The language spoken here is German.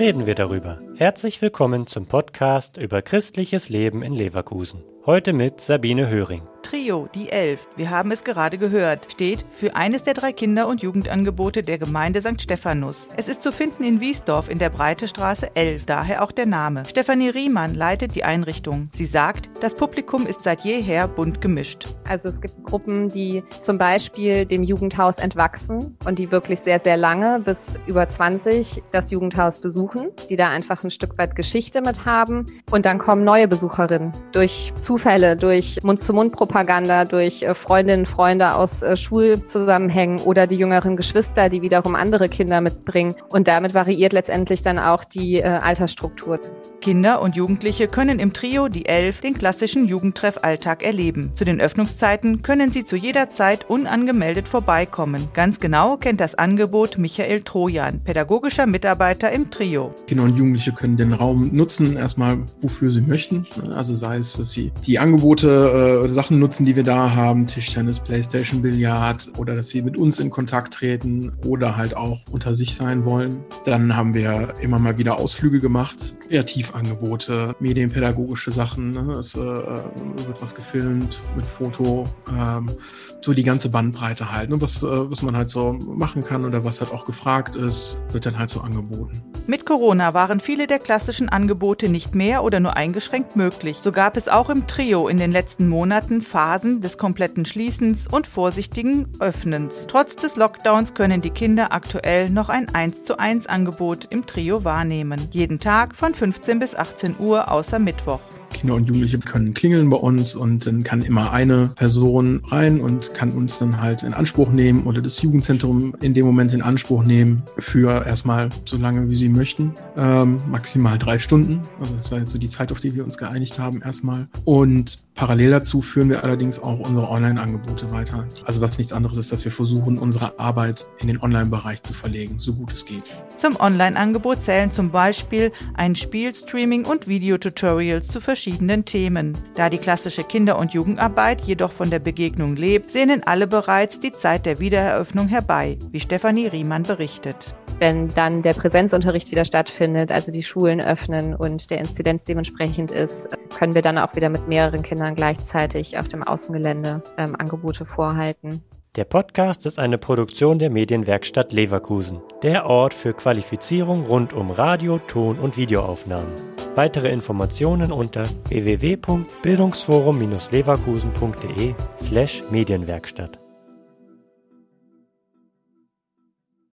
reden wir darüber. Herzlich willkommen zum Podcast über christliches Leben in Leverkusen. Heute mit Sabine Höring. Trio, die 11, wir haben es gerade gehört, steht für eines der 3 Kinder- und Jugendangebote der Gemeinde St. Stephanus. Es ist zu finden in Wiesdorf in der Breitestraße 11, daher auch der Name. Stefanie Riemann leitet die Einrichtung. Sie sagt, das Publikum ist seit jeher bunt gemischt. Also es gibt Gruppen, die zum Beispiel dem Jugendhaus entwachsen und die wirklich sehr, sehr lange, bis über 20, das Jugendhaus besuchen, die da einfach ein Stück weit Geschichte mit haben. Und dann kommen neue Besucherinnen durch Zufälle, durch Mund-zu-Mund-Propaganda, durch Freundinnen, Freunde aus Schulzusammenhängen oder die jüngeren Geschwister, die wiederum andere Kinder mitbringen. Und damit variiert letztendlich dann auch die Altersstruktur. Kinder und Jugendliche können im Trio, die 11, den klassischen Jugendtreff-Alltag erleben. Zu den Öffnungszeiten können sie zu jeder Zeit unangemeldet vorbeikommen. Ganz genau kennt das Angebot Michael Trojan, pädagogischer Mitarbeiter im Trio. Kinder und Jugendliche können den Raum nutzen, erstmal wofür sie möchten. Also sei es, dass sie die Angebote, Sachen nutzen, die wir da haben, Tischtennis, Playstation, Billard, oder dass sie mit uns in Kontakt treten oder halt auch unter sich sein wollen. Dann haben wir immer mal wieder Ausflüge gemacht, Kreativangebote, medienpädagogische Sachen. Es wird was gefilmt mit Foto, so die ganze Bandbreite halt. Was man halt so machen kann oder was halt auch gefragt ist, wird dann halt so angeboten. Mit Corona waren viele der klassischen Angebote nicht mehr oder nur eingeschränkt möglich. So gab es auch im Trio in den letzten Monaten Phasen des kompletten Schließens und vorsichtigen Öffnens. Trotz des Lockdowns können die Kinder aktuell noch ein 1:1 Angebot im Trio wahrnehmen. Jeden Tag von 15 bis 18 Uhr außer Mittwoch. Kinder und Jugendliche können klingeln bei uns und dann kann immer eine Person rein und kann uns dann halt in Anspruch nehmen oder das Jugendzentrum in dem Moment in Anspruch nehmen für erstmal so lange, wie sie möchten. Maximal 3 Stunden. Also das war jetzt so die Zeit, auf die wir uns geeinigt haben erstmal. Und parallel dazu führen wir allerdings auch unsere Online-Angebote weiter. Also was nichts anderes ist, dass wir versuchen, unsere Arbeit in den Online-Bereich zu verlegen, so gut es geht. Zum Online-Angebot zählen zum Beispiel ein Spielstreaming und Videotutorials zu verschiedenen Themen. Da die klassische Kinder- und Jugendarbeit jedoch von der Begegnung lebt, sehnen alle bereits die Zeit der Wiedereröffnung herbei, wie Stefanie Riemann berichtet. Wenn dann der Präsenzunterricht wieder stattfindet, also die Schulen öffnen und der Inzidenz dementsprechend ist, können wir dann auch wieder mit mehreren Kindern gleichzeitig auf dem Außengelände Angebote vorhalten. Der Podcast ist eine Produktion der Medienwerkstatt Leverkusen, der Ort für Qualifizierung rund um Radio-, Ton- und Videoaufnahmen. Weitere Informationen unter www.bildungsforum-leverkusen.de/Medienwerkstatt.